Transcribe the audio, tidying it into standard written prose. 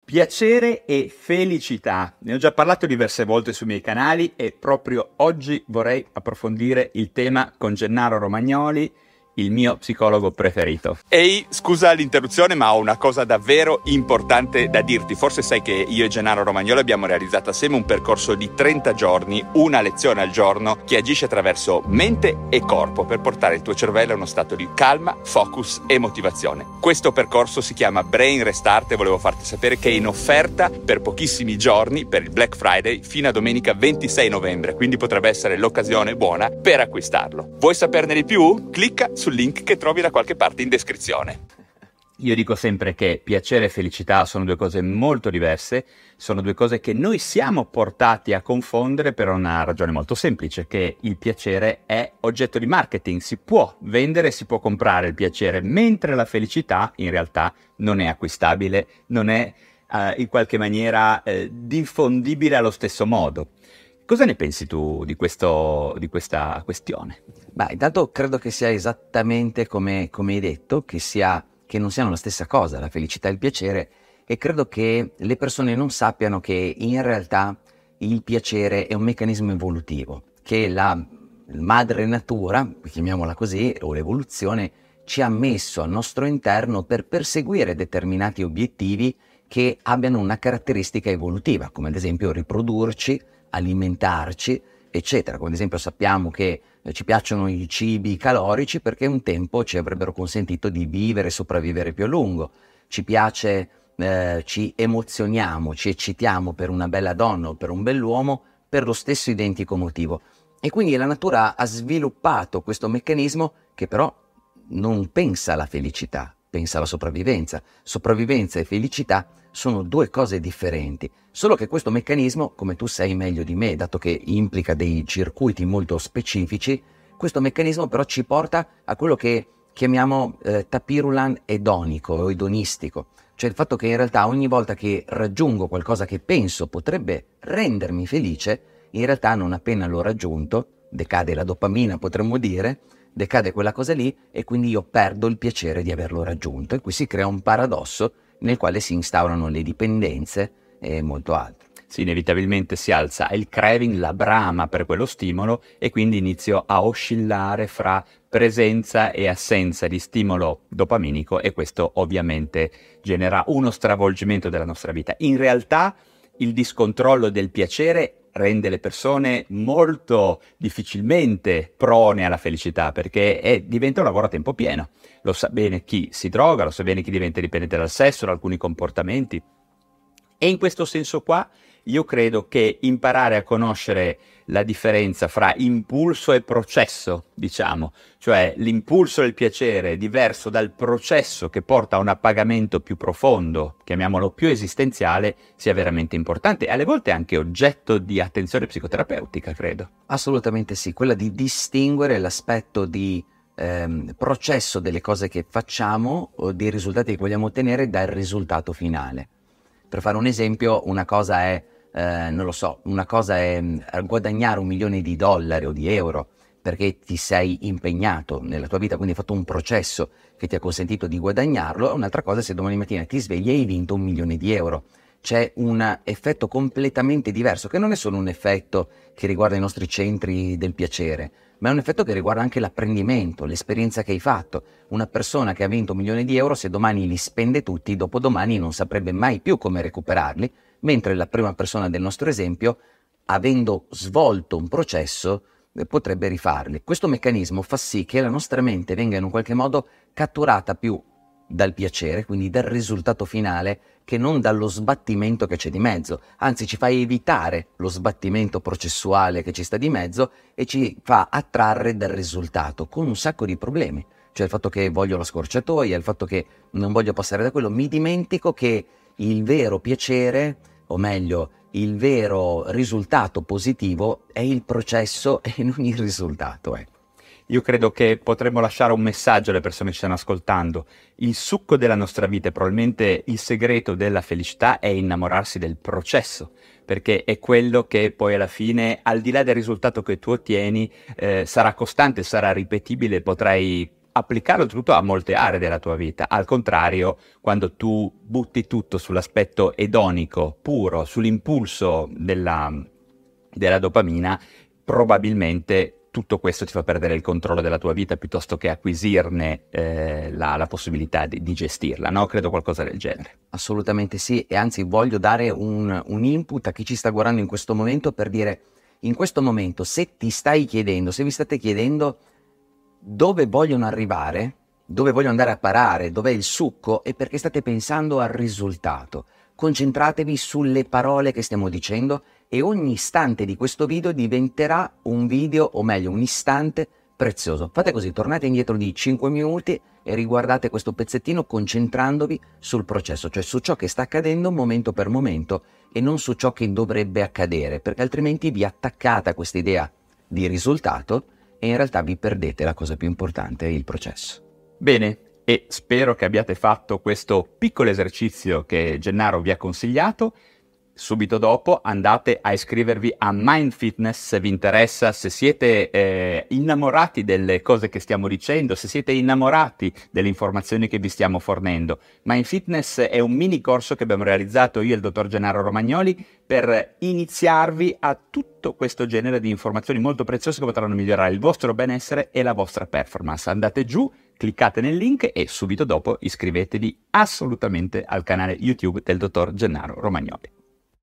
Piacere e felicità. Ne ho già parlato diverse volte sui miei canali e proprio oggi vorrei approfondire il tema con Gennaro Romagnoli, il mio psicologo preferito. Ehi, scusa l'interruzione, ma ho una cosa davvero importante da dirti. Forse sai che io e Gennaro Romagnoli abbiamo realizzato assieme un percorso di 30 giorni, una lezione al giorno, che agisce attraverso mente e corpo per portare il tuo cervello a uno stato di calma, focus e motivazione. Questo percorso si chiama Brain Restart e volevo farti sapere che è in offerta per pochissimi giorni, per il Black Friday, fino a domenica 26 novembre, quindi potrebbe essere l'occasione buona per acquistarlo. Vuoi saperne di più? Clicca sul link che trovi da qualche parte in descrizione. Io dico sempre che piacere e felicità sono due cose molto diverse, sono due cose che noi siamo portati a confondere per una ragione molto semplice, che il piacere è oggetto di marketing, si può vendere, si può comprare il piacere, mentre la felicità in realtà non è acquistabile, non è in qualche maniera diffondibile allo stesso modo. Cosa ne pensi tu di questa questione? Beh, intanto credo che sia esattamente come hai detto, che non siano la stessa cosa, la felicità e il piacere, e credo che le persone non sappiano che in realtà il piacere è un meccanismo evolutivo, che la madre natura, chiamiamola così, o l'evoluzione, ci ha messo al nostro interno per perseguire determinati obiettivi che abbiano una caratteristica evolutiva, come ad esempio riprodurci, alimentarci, eccetera. Come ad esempio sappiamo che ci piacciono i cibi calorici perché un tempo ci avrebbero consentito di vivere e sopravvivere più a lungo. Ci piace, ci emozioniamo, ci eccitiamo per una bella donna o per un bell'uomo per lo stesso identico motivo. E quindi la natura ha sviluppato questo meccanismo che però non pensa alla felicità, pensa alla sopravvivenza. Sopravvivenza e felicità sono due cose differenti, solo che questo meccanismo, come tu sai meglio di me, dato che implica dei circuiti molto specifici, questo meccanismo però ci porta a quello che chiamiamo tapirulan edonico o edonistico, cioè il fatto che in realtà ogni volta che raggiungo qualcosa che penso potrebbe rendermi felice, in realtà non appena l'ho raggiunto, decade la dopamina potremmo dire, decade quella cosa lì e quindi io perdo il piacere di averlo raggiunto e qui si crea un paradosso nel quale si instaurano le dipendenze e molto altro. Sì, inevitabilmente si alza il craving, la brama per quello stimolo e quindi inizio a oscillare fra presenza e assenza di stimolo dopaminico e questo ovviamente genera uno stravolgimento della nostra vita. In realtà il discontrollo del piacere rende le persone molto difficilmente prone alla felicità perché diventa un lavoro a tempo pieno. Lo sa bene chi si droga, lo sa bene chi diventa dipendente dal sesso, da alcuni comportamenti. E in questo senso qua io credo che imparare a conoscere la differenza fra impulso e processo, diciamo, cioè l'impulso del piacere è diverso dal processo che porta a un appagamento più profondo, chiamiamolo più esistenziale, sia veramente importante e alle volte anche oggetto di attenzione psicoterapeutica, credo. Assolutamente sì, quella di distinguere l'aspetto di processo delle cose che facciamo o dei risultati che vogliamo ottenere dal risultato finale. Per fare un esempio, una cosa è, una cosa è guadagnare $1 milione o di euro perché ti sei impegnato nella tua vita, quindi hai fatto un processo che ti ha consentito di guadagnarlo, un'altra cosa è se domani mattina ti svegli e hai vinto €1 milione. C'è un effetto completamente diverso, che non è solo un effetto che riguarda i nostri centri del piacere, ma è un effetto che riguarda anche l'apprendimento, l'esperienza che hai fatto. Una persona che ha vinto €1 milione, se domani li spende tutti, dopodomani non saprebbe mai più come recuperarli, mentre la prima persona del nostro esempio, avendo svolto un processo, potrebbe rifarli. Questo meccanismo fa sì che la nostra mente venga in un qualche modo catturata più dal piacere, quindi dal risultato finale, che non dallo sbattimento che c'è di mezzo, anzi ci fa evitare lo sbattimento processuale che ci sta di mezzo e ci fa attrarre dal risultato con un sacco di problemi, cioè il fatto che voglio la scorciatoia, il fatto che non voglio passare da quello, mi dimentico che il vero piacere, o meglio il vero risultato positivo è il processo e non il risultato, ecco. Io credo che potremmo lasciare un messaggio alle persone che ci stanno ascoltando. Il succo della nostra vita e probabilmente il segreto della felicità è innamorarsi del processo, perché è quello che poi alla fine, al di là del risultato che tu ottieni, sarà costante, sarà ripetibile, potrai applicarlo tutto a molte aree della tua vita. Al contrario, quando tu butti tutto sull'aspetto edonico, puro, sull'impulso della dopamina, probabilmente tutto questo ti fa perdere il controllo della tua vita piuttosto che acquisirne la possibilità di gestirla, no? Credo qualcosa del genere. Assolutamente sì, e anzi voglio dare un input a chi ci sta guardando in questo momento per dire, in questo momento, se vi state chiedendo dove vogliono arrivare, dove voglio andare a parare, dov'è il succo, è perché state pensando al risultato. Concentratevi sulle parole che stiamo dicendo e ogni istante di questo video diventerà un video, o meglio, un istante prezioso. Fate così, tornate indietro di 5 minuti e riguardate questo pezzettino concentrandovi sul processo, cioè su ciò che sta accadendo momento per momento e non su ciò che dovrebbe accadere, perché altrimenti vi attaccate a questa idea di risultato e in realtà vi perdete la cosa più importante, il processo. Bene, e spero che abbiate fatto questo piccolo esercizio che Gennaro vi ha consigliato. Subito dopo andate a iscrivervi a Mind Fitness se vi interessa, se siete innamorati delle cose che stiamo dicendo, se siete innamorati delle informazioni che vi stiamo fornendo. Mind Fitness è un mini corso che abbiamo realizzato io e il dottor Gennaro Romagnoli per iniziarvi a tutto questo genere di informazioni molto preziose che potranno migliorare il vostro benessere e la vostra performance. Andate giù, cliccate nel link e subito dopo iscrivetevi assolutamente al canale YouTube del dottor Gennaro Romagnoli.